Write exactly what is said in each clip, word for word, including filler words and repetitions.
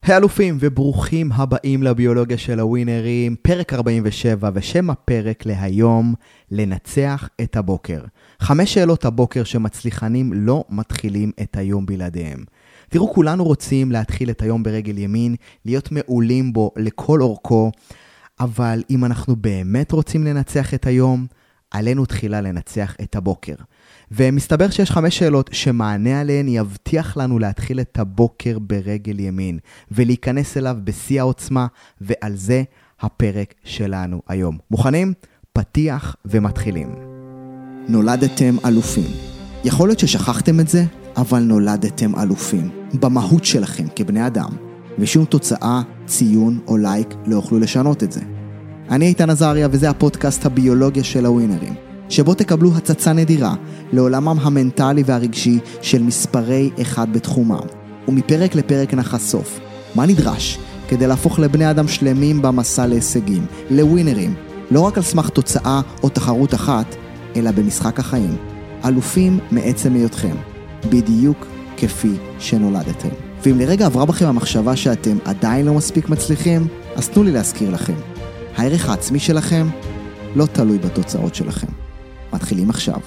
היי אלופים וברוכים הבאים לביולוגיה של הווינרים, פרק ארבעים ושבע, ושם הפרק להיום, לנצח את הבוקר. חמש שאלות הבוקר שמצליחנים לא מתחילים את היום בלעדיהם. תראו, כולנו רוצים להתחיל את היום ברגל ימין, להיות מעולים בו לכל אורכו, אבל אם אנחנו באמת רוצים לנצח את היום, עלינו תחילה לנצח את הבוקר. ומסתבר שיש חמש שאלות שמענה עליהן יבטיח לנו להתחיל את הבוקר ברגל ימין, ולהיכנס אליו בשיא העוצמה, ועל זה הפרק שלנו היום. מוכנים? פתיח ומתחילים. נולדתם אלופים. יכול להיות ששכחתם את זה, אבל נולדתם אלופים. במהות שלכם כבני אדם. ושום תוצאה, ציון או לייק לא יוכלו לשנות את זה. אני איתן עזריה וזה הפודקאסט הביולוגיה של הווינרים, שבו תקבלו הצצה נדירה לעולמם המנטלי והרגשי של מספרי אחד בתחומם. ומפרק לפרק נחשוף מה נדרש כדי להפוך לבני אדם שלמים במסע להישגים, לווינרים, לא רק על סמך תוצאה או תחרות אחת, אלא במשחק החיים. אלופים מעצם היותכם, בדיוק כפי שנולדתם. ואם לרגע עברה בכם המחשבה שאתם עדיין לא מספיק מצליחים, אז תנו לי להזכיר לכם. הערך העצמי שלכם לא תלוי בתוצאות שלכם. מתחילים עכשיו.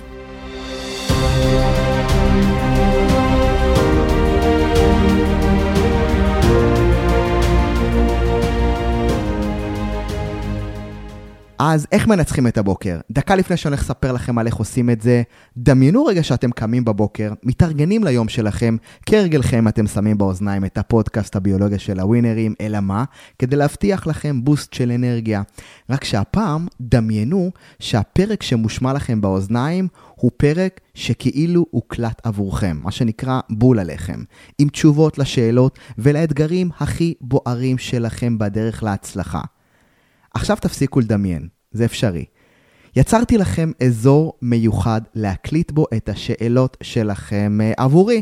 אז איך מנצחים את הבוקר? דקה לפני שאני הולך לספר לכם על איך עושים את זה, דמיינו רגע שאתם קמים בבוקר, מתארגנים ליום שלכם, כהרגלכם אתם שמים באוזניים את הפודקאסט הביולוגיה של הווינרים, אלא מה? כדי להבטיח לכם בוסט של אנרגיה. רק שהפעם דמיינו שהפרק שמושמע לכם באוזניים הוא פרק שכאילו הוקלט עבורכם, מה שנקרא בול עליכם, עם תשובות לשאלות ולאתגרים הכי בוערים שלכם בדרך להצלחה. עכשיו תפסיקו לדמיין, זה אפשרי. יצרתי לכם אזור מיוחד להקליט בו את השאלות שלכם עבורי,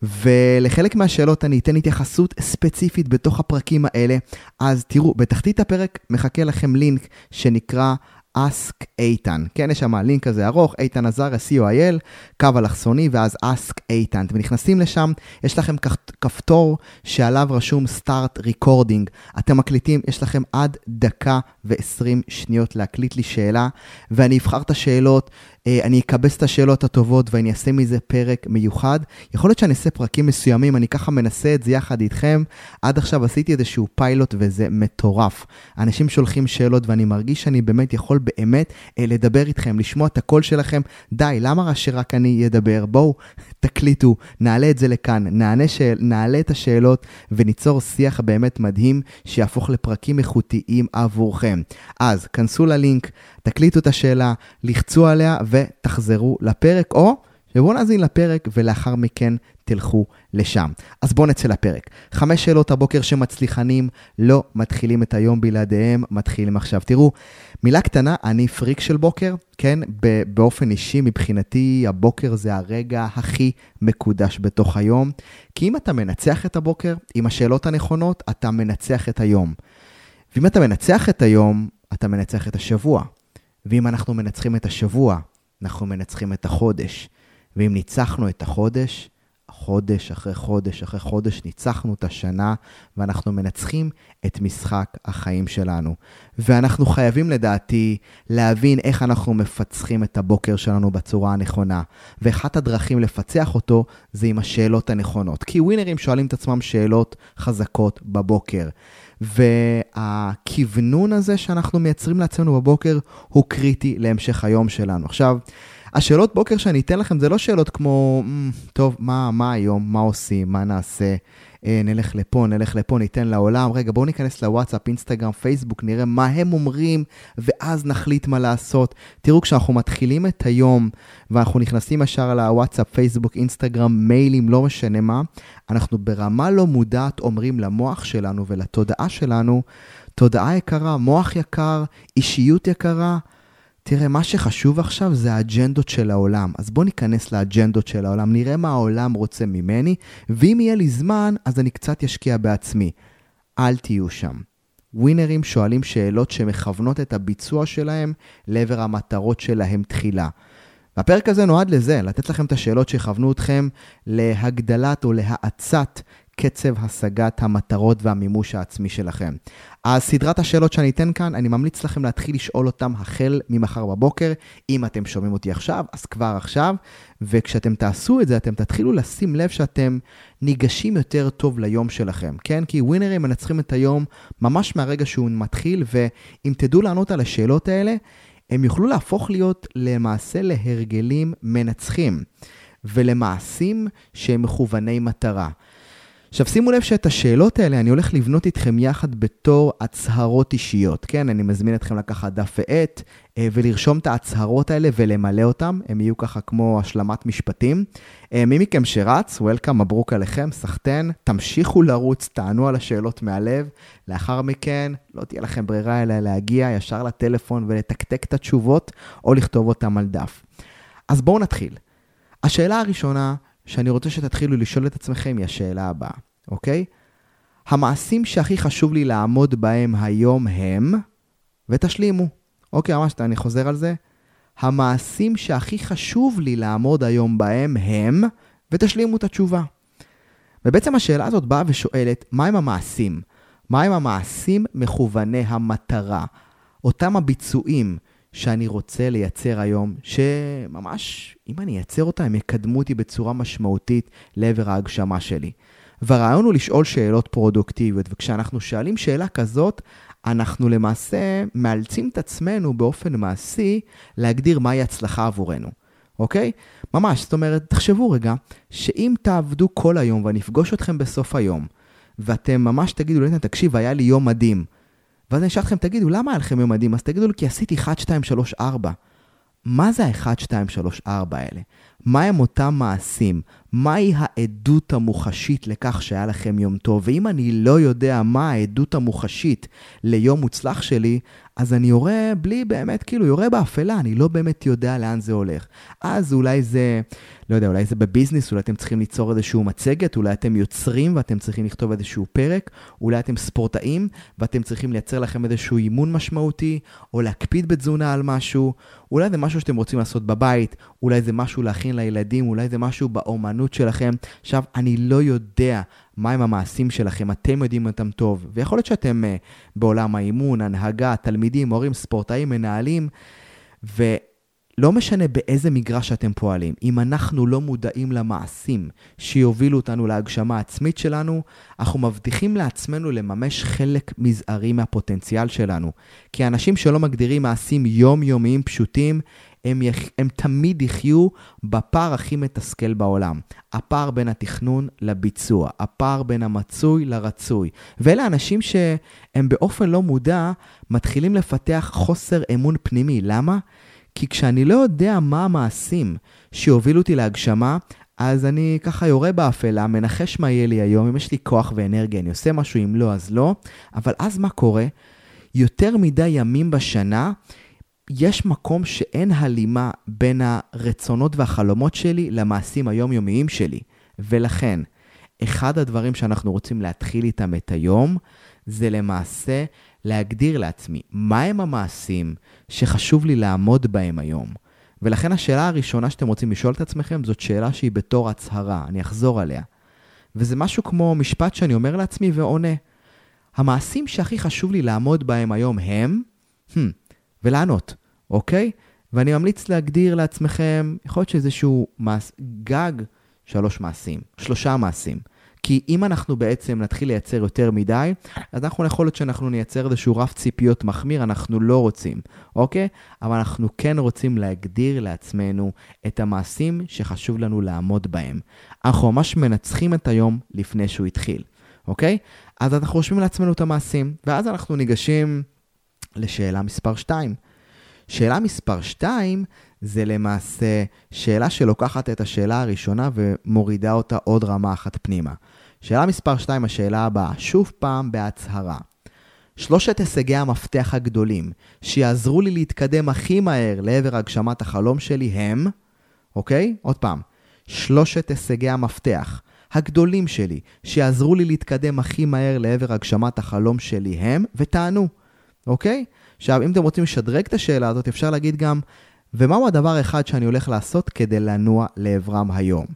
ולחלק מהשאלות אני אתן התייחסות ספציפית בתוך הפרקים האלה. אז תראו, בתחתית הפרק מחכה לכם לינק שנקרא Ask איתן. כן, יש שם לינק כזה ארוך, איתן עזריה, סי או איי אל, קו אלכסוני, ואז Ask איתן. אתם נכנסים לשם, יש לכם כפתור שעליו רשום Start Recording. אתם מקליטים, יש לכם עד דקה ועשרים שניות להקליט לי שאלה, ואני אבחר את השאלות, אני אקבץ את השאלות הטובות, ואני אעשה מזה פרק מיוחד. יכול להיות שאני אעשה פרקים מסוימים, אני ככה מנסה את זה יחד איתכם. עד עכשיו עשיתי איזשהו פיילוט, וזה מטורף. אנשים שולחים שאלות, ואני מרגיש שאני באמת יכול באמת לדבר איתכם, לשמוע את הקול שלכם. די, למה שרק אני ידבר? בואו, תקליטו, נעלה את זה לכאן, נענה שאל, נעלה את השאלות, וניצור שיח באמת מדהים, שיהפוך לפרקים איכותיים עבורכם. אז, כנסו ללינק, תקליטו את השאלה, לחצו עליה ותחזרו לפרק, או שבואו נאזין לפרק ולאחר מכן תלכו לשם. אז בואו נצא לפרק. חמש שאלות הבוקר שמצליחנים לא מתחילים את היום בלעדיהם, מתחילים עכשיו. תראו, מילה קטנה, אני פריק של בוקר, כן? באופן אישי מבחינתי הבוקר זה הרגע הכי מקודש בתוך היום, כי אם אתה מנצח את הבוקר עם השאלות הנכונות, אתה מנצח את היום. ואם אתה מנצח את היום, אתה מנצח את השבוע. ואם אנחנו מנצחים את השבוע, אנחנו מנצחים את החודש. ואם ניצחנו את החודש, חודש אחרי חודש אחרי חודש ניצחנו את השנה, ואנחנו מנצחים את משחק החיים שלנו. ואנחנו חייבים לדעתי להבין איך אנחנו מפצחים את הבוקר שלנו בצורה הנכונה. ואחת הדרכים לפצח אותו זה עם השאלות הנכונות. כי ווינרים שואלים את עצמם שאלות חזקות בבוקר. והכיוונון הזה שאנחנו מייצרים לעצמנו בבוקר הוא קריטי להמשך היום שלנו. עכשיו, השאלות בוקר שאני אתן לכם זה לא שאלות כמו, טוב, מה, מה היום, מה עושים, מה נעשה, אה, נלך לפה, נלך לפה, ניתן לעולם, רגע, בואו ניכנס לוואטסאפ, אינסטגרם, פייסבוק, נראה מה הם אומרים, ואז נחליט מה לעשות. תראו, כשאנחנו מתחילים את היום, ואנחנו נכנסים ישר לוואטסאפ, פייסבוק, אינסטגרם, מיילים, לא משנה מה, אנחנו ברמה לא מודעת אומרים למוח שלנו ולתודעה שלנו, תודעה יקרה, מוח יקר, אישיות יקרה, תראה, מה שחשוב עכשיו זה האג'נדות של העולם. אז בוא ניכנס לאג'נדות של העולם, נראה מה העולם רוצה ממני, ואם יהיה לי זמן, אז אני קצת ישקיע בעצמי. אל תהיו שם. ווינרים שואלים שאלות שמכוונות את הביצוע שלהם לעבר המטרות שלהם תחילה. והפרק הזה נועד לזה, לתת לכם את השאלות שיכוונו אתכם להגדלת או להאצת קצב השגת המטרות והמימוש העצמי שלכם. אז סדרת השאלות שאני אתן כאן, אני ממליץ לכם להתחיל לשאול אותם החל ממחר בבוקר. אם אתם שומעים אותי עכשיו, אז כבר עכשיו, וכשאתם תעשו את זה, אתם תתחילו לשים לב שאתם ניגשים יותר טוב ליום שלכם, כן? כי ווינרים מנצחים את היום ממש מהרגע שהוא מתחיל, ואם תדעו לענות על השאלות האלה, הם יוכלו להפוך להיות למעשה להרגלים מנצחים, ולמעשים שהם מכווני מטרה. עכשיו שימו לב שאת השאלות האלה אני הולך לבנות איתכם יחד בתור הצהרות אישיות, כן? אני מזמין אתכם לקחת דף ועט ולרשום את ההצהרות האלה ולמלא אותם, הם יהיו ככה כמו השלמת משפטים. מי מכם שרץ, וולקאם, מברוק עליכם, סחטן, תמשיכו לרוץ, תענו על השאלות מהלב, לאחר מכן לא תהיה לכם ברירה אלא להגיע ישר לטלפון ולתקתק את התשובות או לכתוב אותם על דף. אז בואו נתחיל. השאלה הראשונה שאני רוצה שתתחילו לשאול את עצמכם היא השאלה הבאה, אוקיי? המעשים שהכי חשוב לי לעמוד בהם היום הם, ותשלימו. אוקיי, ממש, אני חוזר על זה. המעשים שהכי חשוב לי לעמוד היום בהם הם, ותשלימו את התשובה. ובעצם השאלה הזאת באה ושואלת, מה הם המעשים? מה הם המעשים מכווני המטרה? אותם הביצועים שאני רוצה לייצר היום, שממש, אם אני אייצר אותה, הם יקדמו אותי בצורה משמעותית לעבר ההגשמה שלי. והרעיון הוא לשאול שאלות פרודוקטיביות, וכשאנחנו שואלים שאלה כזאת, אנחנו למעשה מאלצים את עצמנו באופן מעשי להגדיר מהי הצלחה עבורנו. אוקיי? ממש, זאת אומרת, תחשבו רגע, שאם תעבדו כל היום ואני אפגוש אתכם בסוף היום, ואתם ממש תגידו, לא תקשיב, היה לי יום מדהים, ואז אני אשאל אתכם, תגידו, למה היה לכם יום מדהים? אז תגידו לי, כי עשיתי אחת, שתיים, שלוש, ארבע. מה זה ה-אחת, שתיים, שלוש, ארבע האלה? מה הם אותם מעשים? מהי העדות המוחשית לכך שהיה לכם יום טוב? ואם אני לא יודע מה העדות המוחשית ליום מוצלח שלי, אז אני יורה בלי באמת, כאילו יורה באפלה, אני לא באמת יודע לאן זה הולך. אז אולי זה, לא יודע, אולי זה בביזנס, אולי אתם צריכים ליצור איזשהו מצגת, אולי אתם יוצרים ואתם צריכים לכתוב איזשהו פרק, אולי אתם ספורטאים ואתם צריכים לייצר לכם איזשהו אימון משמעותי, או להקפיד בתזונה על משהו, אולי זה משהו שאתם רוצים לעשות בבית, אולי זה משהו להכין לילדים, אולי זה משהו באומנות שלכם. עכשיו, אני לא יודע מה הם המעשים שלכם, אתם יודעים אותם טוב, ויכול להיות שאתם uh, בעולם האימון, הנהגה, תלמידים, הורים, ספורטאים, מנהלים, ולא משנה באיזה מגרש שאתם פועלים, אם אנחנו לא מודעים למעשים שיובילו אותנו להגשמה העצמית שלנו, אנחנו מבטיחים לעצמנו לממש חלק מזערי מהפוטנציאל שלנו, כי האנשים שלא מגדירים מעשים יומיומיים פשוטים, הם, יח... הם תמיד יחיו בפער הכי מתסכל בעולם. הפער בין התכנון לביצוע, הפער בין המצוי לרצוי. ואלה אנשים שהם באופן לא מודע מתחילים לפתח חוסר אמון פנימי. למה? כי כשאני לא יודע מה המעשים שיובילו אותי להגשמה, אז אני ככה יורה באפלה, מנחש מה יהיה לי היום, אם יש לי כוח ואנרגיה, אני עושה משהו, אם לא, אז לא. אבל אז מה קורה? יותר מדי ימים בשנה, יש מקום שאין הלימה בין הרצונות והחלומות שלי למעשים היומיומיים שלי. ולכן, אחד הדברים שאנחנו רוצים להתחיל איתם את היום, זה למעשה להגדיר לעצמי מהם המעשים שחשוב לי לעמוד בהם היום. ולכן השאלה הראשונה שאתם רוצים לשאול את עצמכם, זאת שאלה שהיא בתור הצהרה, אני אחזור עליה. וזה משהו כמו משפט שאני אומר לעצמי ועונה. המעשים שהכי חשוב לי לעמוד בהם היום הם, hmm, ולענות, אוקיי? ואני ממליץ להגדיר לעצמכם, יכול להיות שאיזשהו מעש, גג, שלוש מעשים, שלושה מעשים. כי אם אנחנו בעצם נתחיל לייצר יותר מדי, אז אנחנו יכול להיות שאנחנו נייצר איזשהו רף ציפיות מחמיר, אנחנו לא רוצים, אוקיי? אבל אנחנו כן רוצים להגדיר לעצמנו את המעשים שחשוב לנו לעמוד בהם. אנחנו ממש מנצחים את היום לפני שהוא התחיל, אוקיי? אז אנחנו רושמים לעצמנו את המעשים, ואז אנחנו ניגשים לשאלה מספר שתיים. שאלה מספר שתיים זה למעשה שאלה שלוקחת את השאלה הראשונה ומורידה אותה עוד רמה אחת פנימה. שאלה מספר שתיים, השאלה הבאה, שוב פעם בהצהרה. שלושת הישגי המפתח הגדולים שיעזרו לי להתקדם הכי מהר לעבר הגשמת החלום שלי הם, אוקיי? עוד פעם, שלושת הישגי המפתח הגדולים שלי שיעזרו לי להתקדם הכי מהר לעבר הגשמת החלום שלי הם, ותענו, אוקיי? עכשיו, אם אתם רוצים לשדרג את השאלה הזאת, אפשר להגיד גם, ומהו הדבר אחד שאני הולך לעשות כדי לנוע לעברם היום?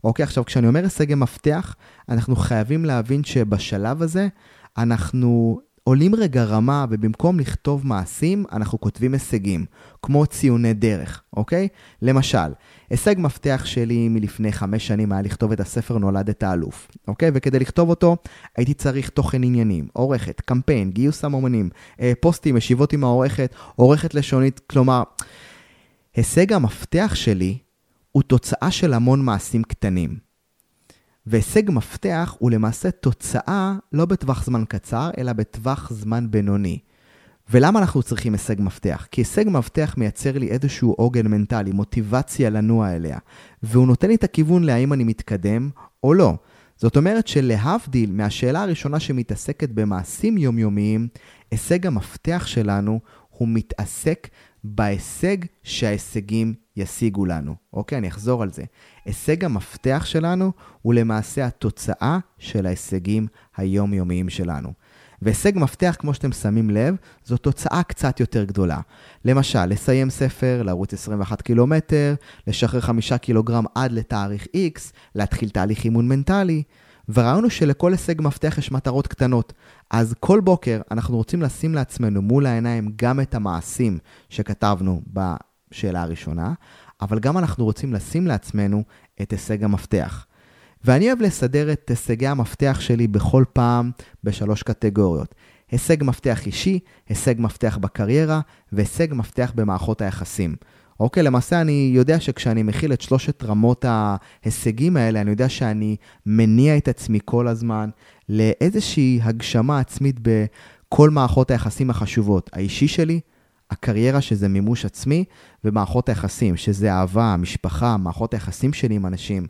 אוקיי, עכשיו כשאני אומר הישג המפתח, אנחנו חייבים להבין שבשלב הזה אנחנו עולים רגע רמה, ובמקום לכתוב מעשים, אנחנו כותבים הישגים, כמו ציוני דרך, אוקיי? למשל, הישג מפתח שלי מלפני חמש שנים היה לכתוב את הספר נולדת האלוף, אוקיי? וכדי לכתוב אותו, הייתי צריך תוכן עניינים, עורכת, קמפיין, גיוס המומנים, פוסטים, ישיבות עם העורכת, עורכת לשונית, כלומר, הישג המפתח שלי הוא תוצאה של המון מעשים קטנים. והישג מפתח הוא למעשה תוצאה לא בטווח זמן קצר, אלא בטווח זמן בינוני. ולמה אנחנו צריכים הישג מפתח? כי הישג מפתח מייצר לי איזשהו עוגן מנטלי, מוטיבציה לנוע אליה, והוא נותן לי את הכיוון להאם אני מתקדם או לא. זאת אומרת שלהבדיל מהשאלה הראשונה שמתעסקת במעשים יומיומיים, הישג המפתח שלנו הוא מתעסק בהישג שההישגים ישיגו לנו. אוקיי, אני אחזור על זה. הישג המפתח שלנו הוא למעשה התוצאה של ההישגים היומיומיים שלנו. והישג מפתח, כמו שאתם שמים לב, זו תוצאה קצת יותר גדולה. למשל, לסיים ספר, לרוץ עשרים ואחד קילומטר, לשחרר חמישה קילוגרם עד לתאריך X, להתחיל תהליך אימון מנטלי, וראינו שלכל הישג מפתח יש מטרות קטנות. אז כל בוקר אנחנו רוצים לשים לעצמנו מול העיניים גם את המעשים שכתבנו בשאלה הראשונה, אבל גם אנחנו רוצים לשים לעצמנו את הישג המפתח. ואני אוהב לסדר את הישגי המפתח שלי בכל פעם בשלוש קטגוריות. הישג מפתח אישי, הישג מפתח בקריירה, והישג מפתח במערכות היחסים. אוקיי, למעשה אני יודע שכשאני מכיל את שלושת רמות ההישגים האלה, אני יודע שאני מניע את עצמי כל הזמן לאיזושהי הגשמה עצמית בכל מערכות היחסים החשובות. האישי שלי, הקריירה שזה מימוש עצמי, ומערכות היחסים שזה אהבה, משפחה, מערכות היחסים שלי עם אנשים.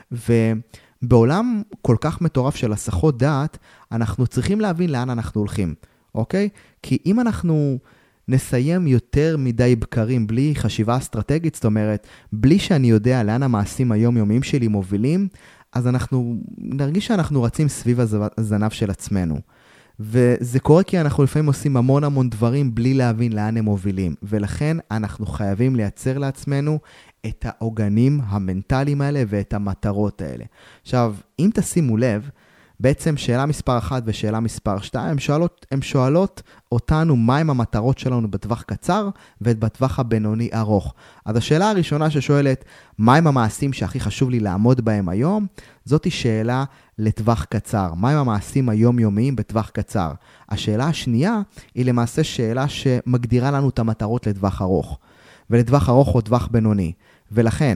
ובעולם כל כך מטורף של הסחות דעת, אנחנו צריכים להבין לאן אנחנו הולכים, אוקיי? כי אם אנחנו נסיים יותר מדי בקרים בלי חשיבה אסטרטגית, זאת אומרת, בלי שאני יודע לאן המעשים היומיומיים שלי מובילים, אז אנחנו נרגיש שאנחנו רצים סביב הזנב של עצמנו. וזה קורה כי אנחנו לפעמים עושים המון המון דברים בלי להבין לאן הם מובילים. ולכן אנחנו חייבים לייצר לעצמנו את העוגנים המנטליים האלה ואת המטרות האלה. עכשיו, אם תשימו לב, בעצם שאלה מספר אחת ושאלה מספר שתיים, הן שואלות, הן שואלות אותנו מהם המטרות שלנו בטווח קצר ובטווח הבינוני ארוך. אז השאלה הראשונה ששואלת, מהם המעשים שהכי חשוב לי לעמוד בהם היום? זאת היא שאלה לטווח קצר. מהם המעשים היומיומיים בטווח קצר? השאלה השנייה היא למעשה שאלה שמגדירה לנו את המטרות לטווח ארוך. ולטווח ארוך או טווח בינוני. ולכן,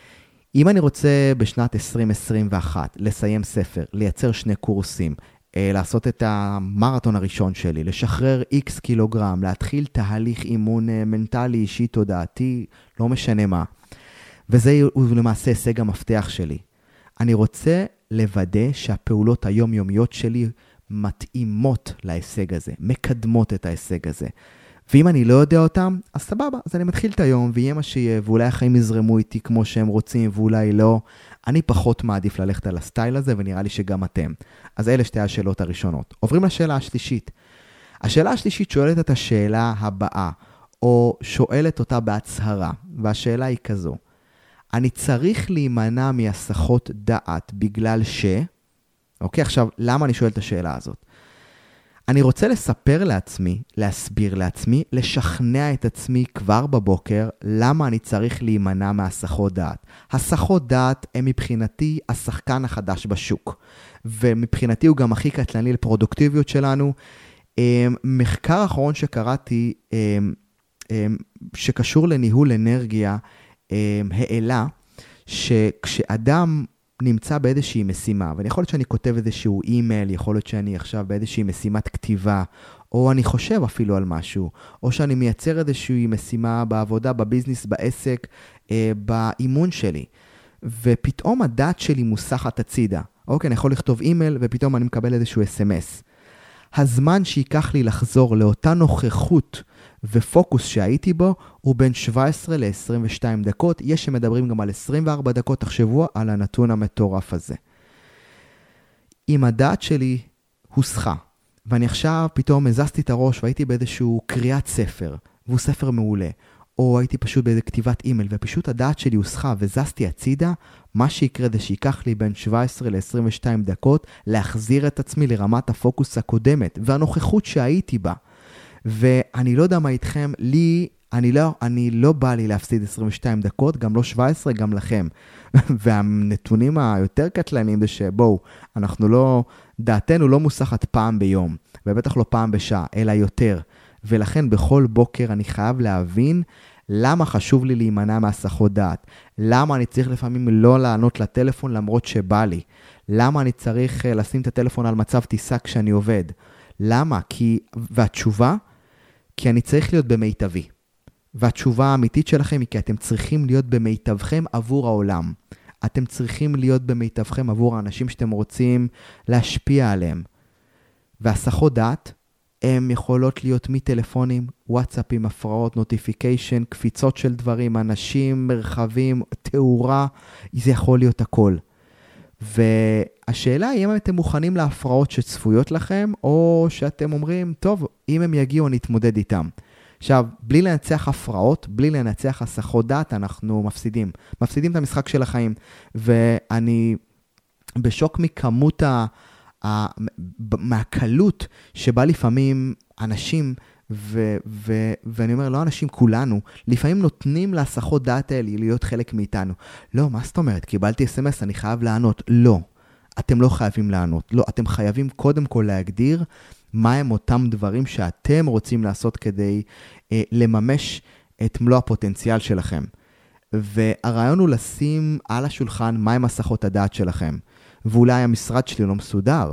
אם אני רוצה בשנת עשרים עשרים ואחת לסיים ספר, לייצר שני קורסים, לעשות את המרתון הראשון שלי, לשחרר X קילוגרם, להתחיל תהליך אימון מנטלי, אישי, תודעתי, לא משנה מה. וזה הוא למעשה הישג המפתח שלי. אני רוצה לוודא שהפעולות היומיומיות שלי מתאימות להישג הזה, מקדמות את ההישג הזה. ואם אני לא יודע אותם, אז סבבה, אז אני מתחיל את היום, ויהיה מה שיהיה, ואולי החיים יזרמו איתי כמו שהם רוצים, ואולי לא. אני פחות מעדיף ללכת על הסטייל הזה, ונראה לי שגם אתם. אז אלה שתי השאלות הראשונות. עוברים לשאלה השלישית. השאלה השלישית שואלת את השאלה הבאה, או שואלת אותה בהצהרה, והשאלה היא כזו. אני צריך להימנע מהסחות דעת בגלל ש... אוקיי, עכשיו, למה אני שואל את השאלה הזאת? אני רוצה לספר לעצמי, להסביר לעצמי, לשכנע את עצמי כבר בבוקר למה אני צריך להימנע מהסחות דעת. הסחות דעת הם מבחינתי השחקן החדש בשוק, ומבחינתי הוא גם הכי קטלני לפרודוקטיביות שלנו. מחקר האחרון שקראתי, שקשור לניהול אנרגיה, העלה שכשאדם נמצא באיזושהי משימה, ואני יכול להיות שאני כותב איזשהו אימייל, יכול להיות שאני עכשיו באיזושהי משימת כתיבה, או אני חושב אפילו על משהו, או שאני מייצר איזושהי משימה בעבודה, בביזנס, בעסק, אה, באימון שלי, ופתאום הדעת שלי מוסחת הצידה. אוקיי, אני יכול לכתוב אימייל, ופתאום אני מקבל איזשהו אס אם אס. הזמן שיקח לי לחזור לאותה נוכחות ופוקוס שהייתי בו הוא בין שבע עשרה ל-עשרים ושתיים דקות. יש שמדברים גם על עשרים וארבע דקות, תחשבו על הנתון המטורף הזה. אם הדעת שלי הוסחה, ואני עכשיו פתאום הזזתי את הראש והייתי באיזשהו קריאת ספר, והוא ספר מעולה, או הייתי פשוט באיזה כתיבת אימייל, ופשוט הדעת שלי הוסחה וזזתי הצידה, מה שיקרה זה שיקח לי בין שבע עשרה ל-עשרים ושתיים דקות להחזיר את עצמי לרמת הפוקוס הקודמת, והנוכחות שהייתי בה. ואני לא יודע מה איתכם, לי, אני לא, אני לא בא לי להפסיד עשרים ושתיים דקות, גם לא שבע עשרה, גם לכם. והנתונים היותר קטלניים זה שבואו, אנחנו לא, דעתנו לא מוסחת פעם ביום, ובטח לא פעם בשעה, אלא יותר. ולכן בכל בוקר אני חייב להבין למה חשוב לי להימנע מהסחות דעת. למה אני צריך לפעמים לא לענות לטלפון למרות שבא לי. למה אני צריך לשים את הטלפון על מצב טיסה כשאני עובד. למה? כי, והתשובה, כי אני צריך להיות במיטבי. והתשובה האמיתית שלכם היא כי אתם צריכים להיות במיטבכם עבור העולם. אתם צריכים להיות במיטבכם עבור האנשים שאתם רוצים להשפיע עליהם. והסחות דעת, הם יכולות להיות מטלפונים, וואטסאפים, הפרעות, נוטיפיקיישן, קפיצות של דברים, אנשים, מרחבים, תאורה, זה יכול להיות הכל. והשאלה היא אם אתם מוכנים להפרעות שצפויות לכם, או שאתם אומרים, טוב, אם הם יגיעו אני אתמודד איתם. עכשיו, בלי לנצח הפרעות, בלי לנצח הסחות דעת, אנחנו מפסידים. מפסידים את המשחק של החיים. ואני בשוק מכמות ה... מהקלות שבה לפעמים אנשים, ו- ו- ואני אומר, לא אנשים כולנו, לפעמים נותנים להסחות דעת האלה להיות חלק מאיתנו. לא, מה זאת אומרת? קיבלתי אס אם אס, אני חייב לענות. לא, אתם לא חייבים לענות. לא, אתם חייבים קודם כל להגדיר מה הם אותם דברים שאתם רוצים לעשות כדי אה, לממש את מלוא הפוטנציאל שלכם. והרעיון הוא לשים על השולחן מה הם הסחות הדעת שלכם. ואולי המשרד שלי לא מסודר,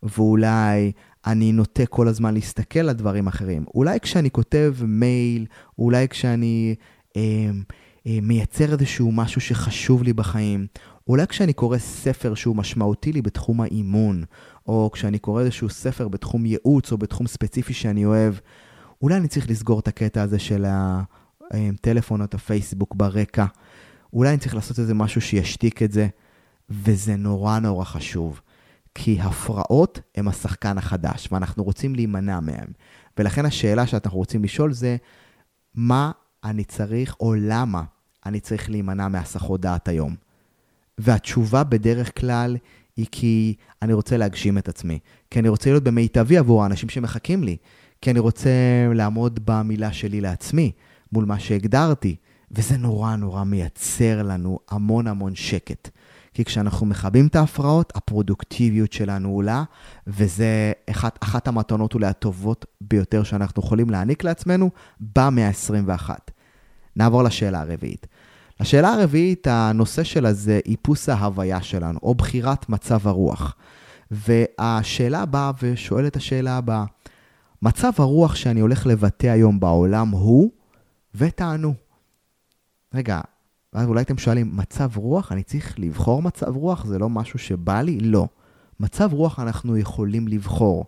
ואולי אני נוטה כל הזמן להסתכל על דברים אחרים. אולי כשאני כותב מייל, אולי כשאני אה, אה, מייצר איזשהו משהו שחשוב לי בחיים, אולי כשאני קורא ספר שהוא משמעותי לי בתחום האימון, או כשאני קורא איזשהו ספר בתחום ייעוץ, או בתחום ספציפי שאני אוהב, אולי אני צריך לסגור את הקטע הזה של הטלפון או את הפייסבוק ברקע. אולי אני צריך לעשות איזה משהו שישתיק את זה. וזה נורא נורא חשוב, כי הפרעות הם השחקן החדש, ואנחנו רוצים להימנע מהם. ולכן השאלה שאנחנו רוצים לשאול זה, מה אני צריך, או למה אני צריך להימנע מהסחות דעת היום? והתשובה בדרך כלל היא כי אני רוצה להגשים את עצמי, כי אני רוצה להיות במיטבי עבור האנשים שמחכים לי, כי אני רוצה לעמוד במילה שלי לעצמי, מול מה שהגדרתי, וזה נורא נורא מייצר לנו המון המון שקט. כי כשאנחנו מכבים את ההפרעות, הפרודוקטיביות שלנו עולה, וזה אחת, אחת המתנות אולי הטובות ביותר שאנחנו יכולים להעניק לעצמנו במאה ה-עשרים ואחת. נעבור לשאלה הרביעית. לשאלה הרביעית, הנושא שלה זה איפוס ההוויה שלנו, או בחירת מצב הרוח. והשאלה הבאה ושואלת השאלה הבאה, מצב הרוח שאני הולך לבטא היום בעולם הוא, ותענו. רגע, ואז אולי אתם שואלים, מצב רוח? אני צריך לבחור מצב רוח? זה לא משהו שבא לי? לא. מצב רוח אנחנו יכולים לבחור.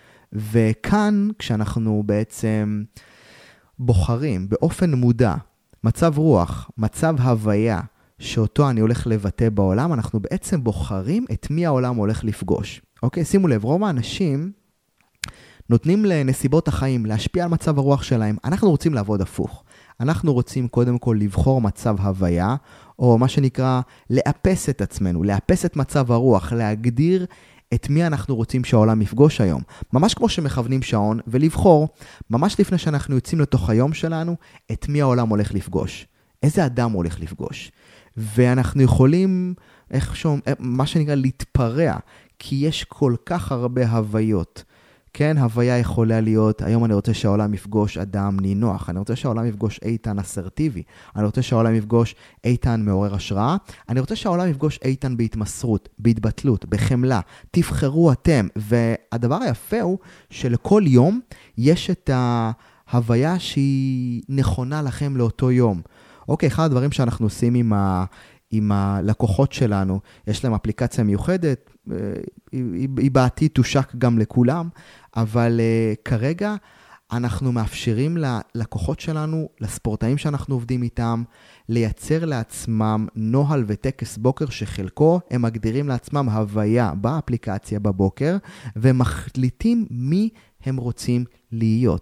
וכאן, כשאנחנו בעצם בוחרים באופן מודע, מצב רוח, מצב הוויה, שאותו אני הולך לבטא בעולם, אנחנו בעצם בוחרים את מי העולם הולך לפגוש. אוקיי? שימו לב, רוב האנשים נותנים לנסיבות החיים להשפיע על מצב הרוח שלהם. אנחנו רוצים לעבוד הפוך. אנחנו רוצים קודם כל לבחור מצב הוויה, או מה שנקרא לאפס את עצמנו, לאפס את מצב הרוח, להגדיר את מי אנחנו רוצים שהעולם יפגוש היום. ממש כמו שמכוונים שעון, ולבחור, ממש לפני שאנחנו יוצאים לתוך היום שלנו, את מי העולם הולך לפגוש. איזה אדם הולך לפגוש. ואנחנו יכולים, איך שום, מה שנקרא להתפרע, כי יש כל כך הרבה הוויות. כן, הוויה יכולה להיות, היום אני רוצה שהעולם יפגוש אדם נינוח, אני רוצה שהעולם יפגוש איתן אסרטיבי, אני רוצה שהעולם יפגוש איתן מעורר השראה, אני רוצה שהעולם יפגוש איתן בהתמסרות, בהתבטלות, בחמלה, תבחרו אתם, והדבר היפה הוא שלכל יום יש את ההוויה שהיא נכונה לכם לאותו יום. אוקיי, אחד הדברים שאנחנו עושים עם ה... עם הלקוחות שלנו, יש להם אפליקציה מיוחדת, היא, היא בעתיד תושק גם לכולם, אבל uh, כרגע אנחנו מאפשרים ללקוחות שלנו, לספורטאים שאנחנו עובדים איתם, לייצר לעצמם נוהל וטקס בוקר שחלקו הם מגדירים לעצמם הוויה באפליקציה בבוקר, ומחליטים מי הם רוצים להיות.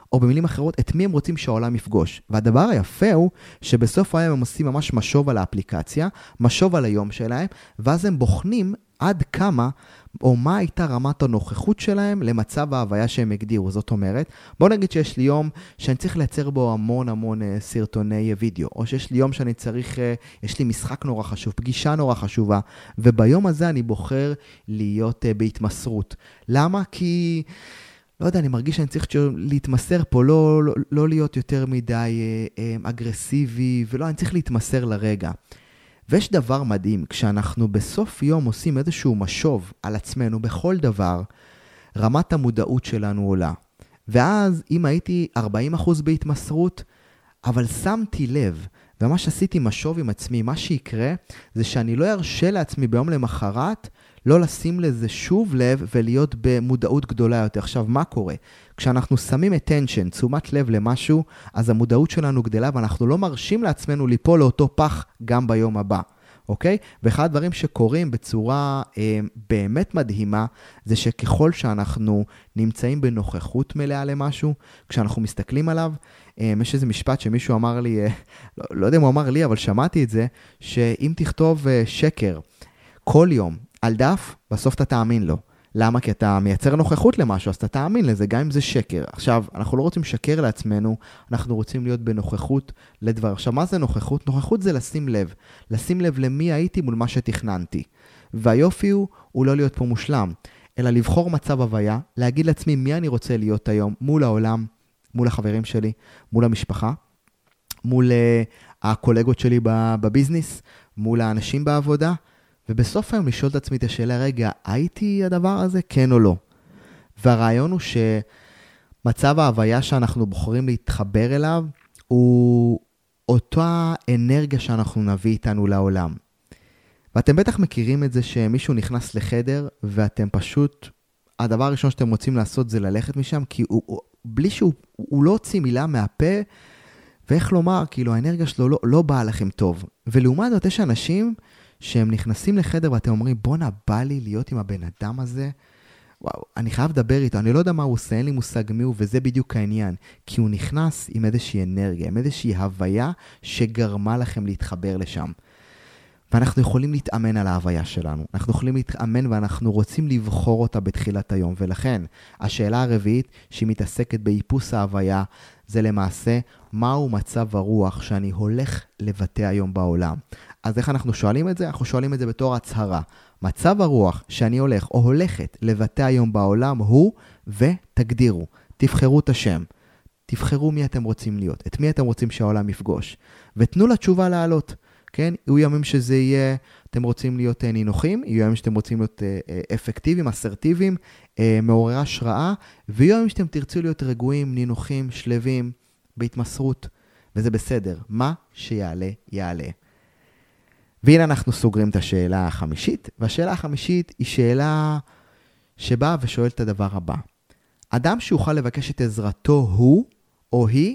או במילים אחרות, את מי הם רוצים שהעולם יפגוש. והדבר היפה הוא שבסוף היום הם עושים ממש משוב על האפליקציה, משוב על היום שלהם, ואז הם בוחנים עד כמה או מה הייתה רמת הנוכחות שלהם למצב ההוויה שהם הגדירו. זאת אומרת, בוא נגיד שיש לי יום שאני צריך לייצר בו המון המון סרטוני וידאו, או שיש לי יום שאני צריך, יש לי משחק נורא חשוב, פגישה נורא חשובה, וביום הזה אני בוחר להיות בהתמסרות. למה? כי לא יודע, אני מרגיש שאני צריך להתמסר פה, לא, לא, לא להיות יותר מדי אגרסיבי, ולא, אני צריך להתמסר לרגע. ויש דבר מדהים, כשאנחנו בסוף יום עושים איזשהו משוב על עצמנו בכל דבר, רמת המודעות שלנו עולה. ואז אם הייתי ארבעים אחוז בהתמסרות, אבל שמתי לב, ומה שעשיתי משוב עם עצמי, מה שיקרה, זה שאני לא ארשה לעצמי ביום למחרת, לא לשים לזה שוב לב ולהיות במודעות גדולה יותר. עכשיו, מה קורה? כשאנחנו שמים attention, תשומת לב למשהו, אז המודעות שלנו גדלה, ואנחנו לא מרשים לעצמנו ליפול לאותו פח גם ביום הבא. אוקיי? ואחד הדברים שקורים בצורה אה, באמת מדהימה, זה שככל שאנחנו נמצאים בנוכחות מלאה למשהו, כשאנחנו מסתכלים עליו, אה, יש איזה משפט שמישהו אמר לי, אה, לא, לא יודע אם הוא אמר לי, אבל שמעתי את זה, שאם תכתוב אה, שקר כל יום על דף, בסוף אתה תאמין לו. למה? כי אתה מייצר נוכחות למשהו, אז אתה תאמין לזה, גם אם זה שקר. עכשיו, אנחנו לא רוצים שקר לעצמנו, אנחנו רוצים להיות בנוכחות לדבר. עכשיו, מה זה נוכחות? נוכחות זה לשים לב. לשים לב למי הייתי מול מה שתכננתי. והיופי הוא, הוא לא להיות פה מושלם, אלא לבחור מצב הוויה, להגיד לעצמי מי אני רוצה להיות היום, מול העולם, מול החברים שלי, מול המשפחה, מול uh, הקולגות שלי בביזנס, מול האנשים בעבודה, ובסוף היום לשאול את עצמי את השאלה, רגע, הייתי הדבר הזה, כן או לא? והרעיון הוא שמצב ההוויה שאנחנו בוחרים להתחבר אליו, הוא אותה אנרגיה שאנחנו נביא איתנו לעולם. ואתם בטח מכירים את זה שמישהו נכנס לחדר, ואתם פשוט, הדבר הראשון שאתם רוצים לעשות זה ללכת משם, כי הוא, הוא, בלי שהוא הוא לא הוציא מילה מהפה, ואיך לומר, כאילו האנרגיה שלו לא, לא באה לכם טוב. ולעומת זאת יש אנשים שהם נכנסים לחדר ואתם אומרים, בוא נבא לי להיות עם הבן אדם הזה, וואו, אני חייב לדבר איתו, אני לא יודע מה הוא עושה, אין לי מושג מי הוא, וזה בדיוק העניין, כי הוא נכנס עם איזושהי אנרגיה, עם איזושהי הוויה שגרמה לכם להתחבר לשם. ואנחנו יכולים להתאמן על ההוויה שלנו, אנחנו יכולים להתאמן ואנחנו רוצים לבחור אותה בתחילת היום, ולכן השאלה הרביעית שהיא מתעסקת באיפוס ההוויה, זה למעשה מהו מצב הרוח שאני הולך לבטא היום בעולם. אז איך אנחנו שואלים את זה? אנחנו שואלים את זה בתור הצהרה. מצב הרוח שאני הולך או הולכת לבטא היום בעולם הוא, ותגדירו, תבחרו את השם, תבחרו מי אתם רוצים להיות, את מי אתם רוצים שהעולם יפגוש, ותנו לתשובה לעלות. כן? יהיו ימים שזה יהיה, אתם רוצים להיות נינוחים, יהיו ימים שאתם רוצים להיות אפקטיביים, אסרטיביים, מעוררי השראה, ויהיו ימים שאתם תרצו להיות רגועים, נינוחים, שלבים, בהתמסרות, וזה בסדר. מה שיעלה, יעלה. והנה אנחנו סוגרים את השאלה החמישית, והשאלה החמישית היא שאלה שבאה ושואלת את הדבר הבא. אדם שיוכל לבקש את עזרתו הוא או היא,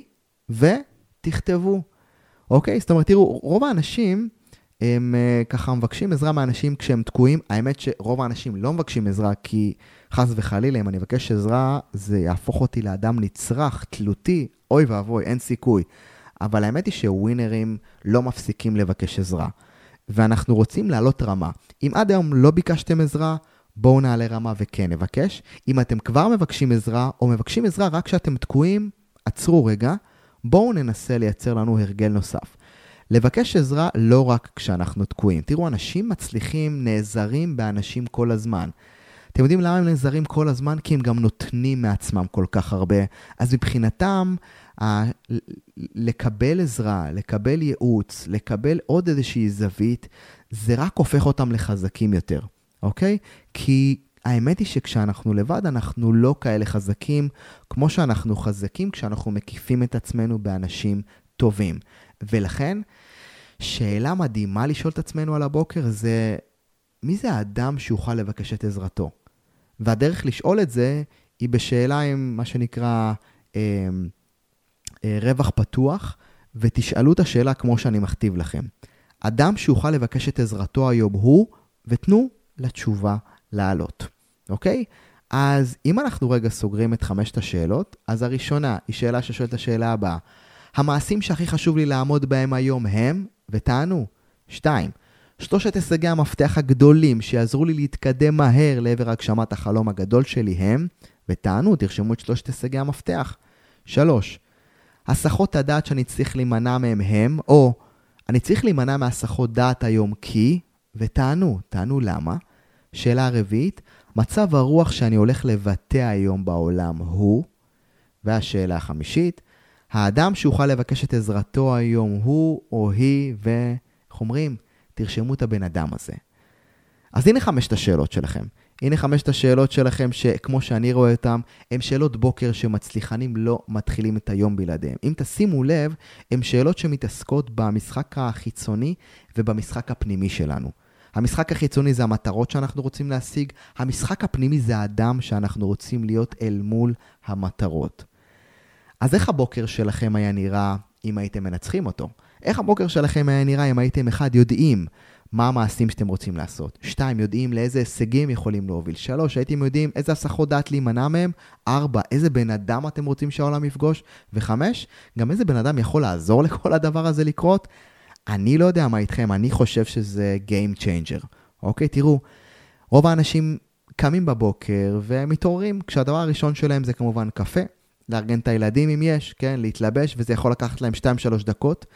ותכתבו. אוקיי? זאת אומרת, תראו, רוב האנשים הם uh, ככה מבקשים עזרה מהאנשים כשהם תקועים. האמת שרוב האנשים לא מבקשים עזרה כי חס וחלילה, אם אני מבקש עזרה, זה יהפוך אותי לאדם נצרך, תלותי, אוי ואבוי, אין סיכוי. אבל האמת היא שווינרים לא מפסיקים לבקש עזרה. ואנחנו רוצים לעלות רמה. אם עד היום לא ביקשתם עזרה, בואו נעלה רמה וכן נבקש. אם אתם כבר מבקשים עזרה, או מבקשים עזרה רק כשאתם תקועים, עצרו רגע, בואו ננסה לייצר לנו הרגל נוסף. לבקש עזרה לא רק כשאנחנו תקועים. תראו, אנשים מצליחים, נעזרים באנשים כל הזמן. אתם יודעים למה הם נעזרים כל הזמן? כי הם גם נותנים מעצמם כל כך הרבה. אז מבחינתם, ה- לקבל עזרה, לקבל ייעוץ, לקבל עוד איזושהי זווית, זה רק הופך אותם לחזקים יותר. אוקיי? כי האמת היא שכשאנחנו לבד, אנחנו לא כאלה חזקים, כמו שאנחנו חזקים כשאנחנו מקיפים את עצמנו באנשים טובים. ולכן, שאלה מדהימה לשאול את עצמנו על הבוקר זה, מי זה האדם שיוכל לבקש את עזרתו? והדרך לשאול את זה, היא בשאלה עם מה שנקרא אה, אה, רווח פתוח, ותשאלו את השאלה כמו שאני מכתיב לכם. אדם שיוכל לבקש את עזרתו היום הוא, ותנו לתשובה לעלות. אוקיי? אז אם אנחנו רגע סוגרים את חמשת השאלות, אז הראשונה היא שאלה ששואלת השאלה הבאה. המעשים שהכי חשוב לי לעמוד בהם היום הם, ותענו. שתיים. שלושת הישגי המפתח הגדולים שיעזרו לי להתקדם מהר לעבר הגשמת החלום הגדול שלי הם, ותענו, תרשמו את שלושת הישגי המפתח. שלוש. הסחות הדעת שאני צריך להימנע מהם הם, או אני צריך להימנע מהסחות דעת היום כי, ותענו, תענו למה. שאלה הרביעית, מצב הרוח שאני הולך לבטא היום בעולם הוא, והשאלה החמישית, האדם שאוכל לבקש את עזרתו היום הוא או היא, ואיך אומרים, תרשמו את הבן אדם הזה. אז הנה חמשת השאלות שלכם. הנה חמשת השאלות שלכם שכמו שאני רואה אותם, הם שאלות בוקר שמצליחנים לא מתחילים את היום בלעדיהם. אם תשימו לב, הם שאלות שמתעסקות במשחק החיצוני ובמשחק הפנימי שלנו. המשחק החיצוני זה המטרות שאנחנו רוצים להשיג, המשחק הפנימי זה האדם שאנחנו רוצים להיות אל מול המטרות. אז איך הבוקר שלכם היה נראה אם הייתם מנצחים אותו? איך הבוקר שלכם היה נראה אם הייתם אחד יודעים מה המעשים שאתם רוצים לעשות? שתיים, יודעים לאיזה הישגים יכולים להוביל? שלוש, הייתם יודעים איזה הסחות דעת להימנע מהם? ארבע, איזה בן אדם אתם רוצים שהעולם יפגוש? וחמש, גם איזה בן אדם יכול לעזור לכל הדבר הזה לקרות? אני לא יודע מה איתכם, אני חושב שזה game changer. אוקיי, תראו, רוב האנשים קמים בבוקר ומתעוררים, כשהדבר הראשון שלהם זה כמובן קפה, לארגן את הילדים אם יש, כן, להתלבש, וזה יכול לקחת להם שתיים שלוש דקות.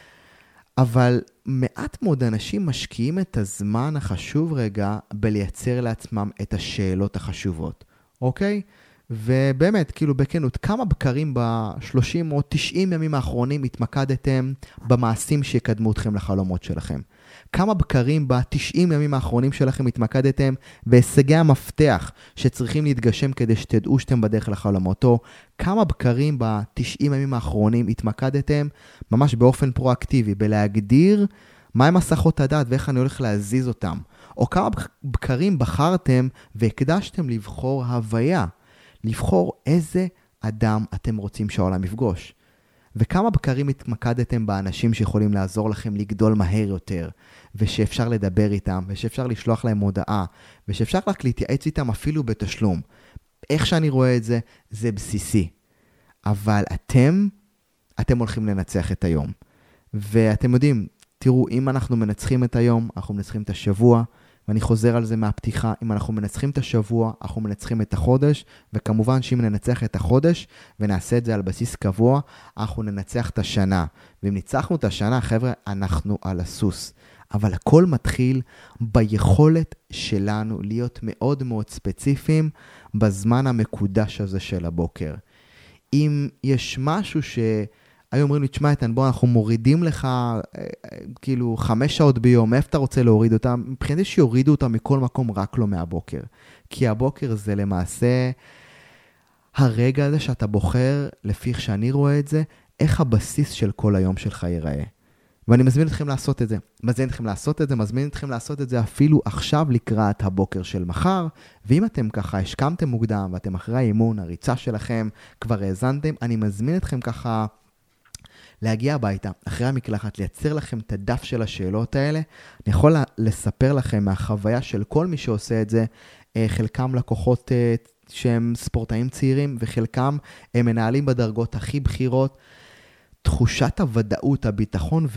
אבל מעט מאוד אנשים משקיעים את הזמן החשוב רגע בלייצר לעצמם את השאלות החשובות. אוקיי? ובאמת, כאילו בכנות, כמה בקרים ב-שלושים או תשעים ימים האחרונים התמקדתם במעשים שיקדמו אתכם לחלומות שלכם? כמה בקרים ב-תשעים ימים האחרונים שלכם התמקדתם בהישגי המפתח שצריכים להתגשם כדי שתדעו שאתם בדרך לחלומות? או כמה בקרים ב-תשעים ימים האחרונים התמקדתם ממש באופן פרואקטיבי בלהגדיר מהם הסחות הדעת ואיך אני הולך להזיז אותם? או כמה בקרים בחרתם והקדשתם לבחור הוויה? לבחור איזה אדם אתם רוצים שהעולם יפגוש. וכמה בקרים התמקדתם באנשים שיכולים לעזור לכם לגדול מהר יותר, ושאפשר לדבר איתם, ושאפשר לשלוח להם הודעה, ושאפשר רק להתייעץ איתם אפילו בתשלום. איך שאני רואה את זה, זה בסיסי. אבל אתם, אתם הולכים לנצח את היום. ואתם יודעים, תראו, אם אנחנו מנצחים את היום, אנחנו מנצחים את השבוע, ואני חוזר על זה מהפתיחה, אם אנחנו מנצחים את השבוע, אנחנו מנצחים את החודש, וכמובן שאם ננצח את החודש, ונעשה את זה על בסיס קבוע, אנחנו ננצח את השנה. ואם ניצחנו את השנה, חבר'ה, אנחנו על הסוס. אבל הכל מתחיל ביכולת שלנו להיות מאוד מאוד ספציפיים, בזמן המקודש הזה של הבוקר. אם יש משהו ש... היו אומרים לי, תשמע איתן, בוא, אנחנו מורידים לך כאילו חמש שעות ביום, איפה אתה רוצה להוריד אותם? מבחינתי שיורידו אותם מכל מקום, רק לא מהבוקר. כי הבוקר זה למעשה הרגע הזה שאתה בוחר, לפי איך שאני רואה את זה, איך הבסיס של כל היום שלך ייראה. ואני מזמין אתכם לעשות את זה. מזמין אתכם לעשות את זה, מזמין אתכם לעשות את זה אפילו עכשיו לקראת הבוקר של מחר. ואם אתם ככה השכמתם מוקדם, ואתם אחרי האימון, הריצה שלכם, כבר האזנתם, אני מזמין אתכם ככה להגיע הביתה, אחרי המקלחת, לייצר לכם את הדף של השאלות האלה. אני יכול לספר לכם מהחוויה של כל מי שעושה את זה, חלקם לקוחות שהם ספורטאים צעירים, וחלקם הם מנהלים בדרגות הכי בכירות. תחושת הוודאות, הביטחון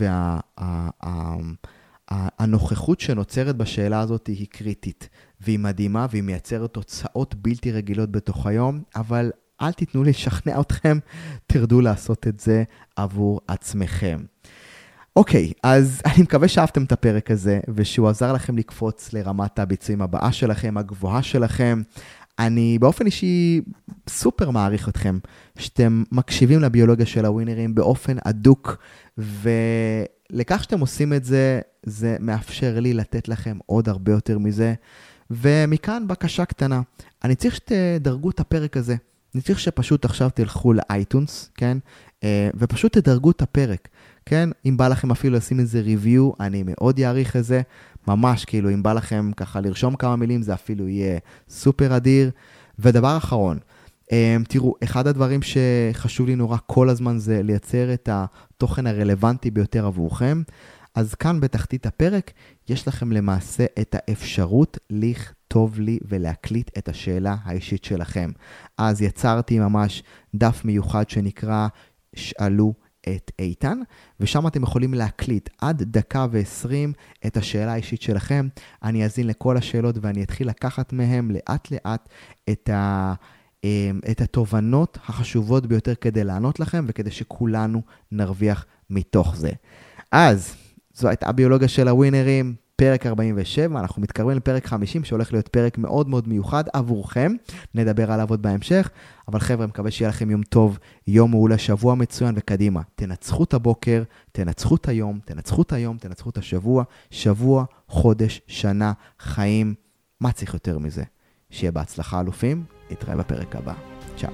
והנוכחות שנוצרת בשאלה הזאת היא קריטית, והיא מדהימה, והיא מייצרת תוצאות בלתי רגילות בתוך היום, אבל אל תיתנו לי לשכנע אתכם, תרדו לעשות את זה עבור עצמכם. אוקיי, אז אני מקווה שאהבתם את הפרק הזה, ושהוא עזר לכם לקפוץ לרמת הביצועים הבאה שלכם, הגבוהה שלכם. אני באופן אישי סופר מעריך אתכם, שאתם מקשיבים לביולוגיה של הווינרים באופן עדוק, ולכך שאתם עושים את זה, זה מאפשר לי לתת לכם עוד הרבה יותר מזה. ומכאן בקשה קטנה, אני צריך שתדרגו את הפרק הזה. אני צריך שפשוט עכשיו תלכו לאייטונס, כן? ופשוט תדרגו את הפרק, כן? אם בא לכם אפילו לשים איזה ריוויו, אני מאוד יעריך את זה. ממש, כאילו, אם בא לכם ככה לרשום כמה מילים, זה אפילו יהיה סופר אדיר. ודבר אחרון, תראו, אחד הדברים שחשוב לי נורא כל הזמן זה לייצר את התוכן הרלוונטי ביותר עבורכם. אז כאן בתחתית הפרק, יש לכם למעשה את האפשרות לכתוב לי ולהקליט את השאלה האישית שלכם. אז יצרתי ממש דף מיוחד שנקרא שאלו את איתן, ושם אתם יכולים להקליט עד דקה ועשרים את השאלה האישית שלכם. אני אזין לכל השאלות ואני אתחיל לקחת מהם לאט לאט את ה... את התובנות החשובות ביותר כדי לענות לכם, וכדי שכולנו נרוויח מתוך זה. אז, זו הייתה הביולוגיה של הווינרים, פרק ארבעים ושבע, אנחנו מתקרבים לפרק חמישים, שהולך להיות פרק מאוד מאוד מיוחד עבורכם, נדבר עליו עוד בהמשך, אבל חבר'ה, מקווה שיהיה לכם יום טוב, יום מעולה, שבוע מצוין, וקדימה, תנצחו את הבוקר, תנצחו את היום, תנצחו את היום, תנצחו את השבוע, שבוע, חודש, שנה, חיים, מה צריך יותר מזה? שיהיה בהצלחה אלופים, נתראה בפרק הבא. צ'או.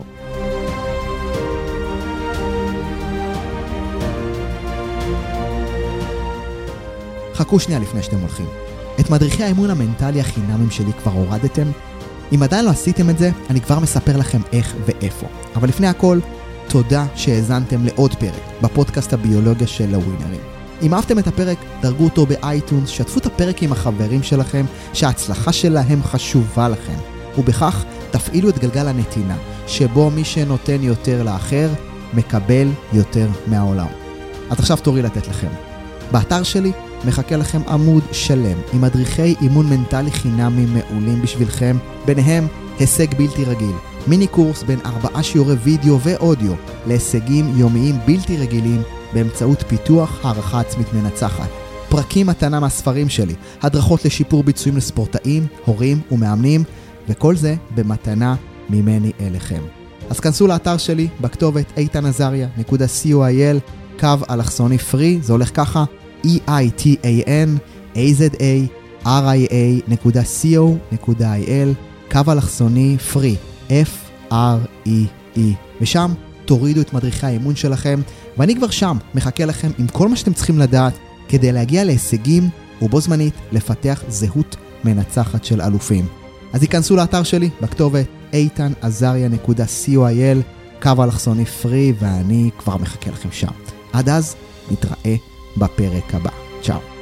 חכו שנייה לפני שאתם הולכים. את מדריכי האימון המנטלי החינמים שלי כבר הורדתם? אם עדיין לא עשיתם את זה, אני כבר מספר לכם איך ואיפה. אבל לפני הכל, תודה שהאזנתם לעוד פרק בפודקאסט הביולוגיה של הווינרים. אם אהבתם את הפרק, דרגו אותו באייטונס, שתפו את הפרק עם החברים שלכם, שההצלחה שלהם חשובה לכם. ובכך תפעילו את גלגל הנתינה, שבו מי שנותן יותר לאחר, מקבל יותר מהעולם. אז עכשיו תורי לתת לכם. באתר שלי מחכה לכם עמוד שלם, עם מדריכי אימון מנטלי חינמי מעולים בשבילכם, ביניהם הישג בלתי רגיל, מיני קורס בין ארבעה שיעורי וידאו ואודיו, להישגים יומיים בלתי רגילים, באמצעות פיתוח הערכה עצמית מנצחת. פרקים מתנה מהספרים שלי, הדרכות לשיפור ביצועים לספורטאים, הורים ומאמנים, וכל זה במתנה ממני אליכם. אז כנסו לאתר שלי בכתובת איתן עזריה נקודה סי או איי אל, קו אלכסוני פרי, זה הולך ככה, אי איי טי איי אן איי זד איי אר איי איי נקודה סי או נקודה איי אל, קו אלכסוני פרי, אף אר אי אי, ושם תורידו את מדריכי האימון שלכם, ואני כבר שם מחכה לכם עם כל מה שאתם צריכים לדעת, כדי להגיע להישגים ובו זמנית לפתח זהות מנצחת של אלופים. אז ייכנסו לאתר שלי בכתובת איתן עזריה נקודה סי או איי אל, קו אלכסוני פרי, ואני כבר מחכה לכם שם. עד אז נתראה בפרק הבא. צ'או.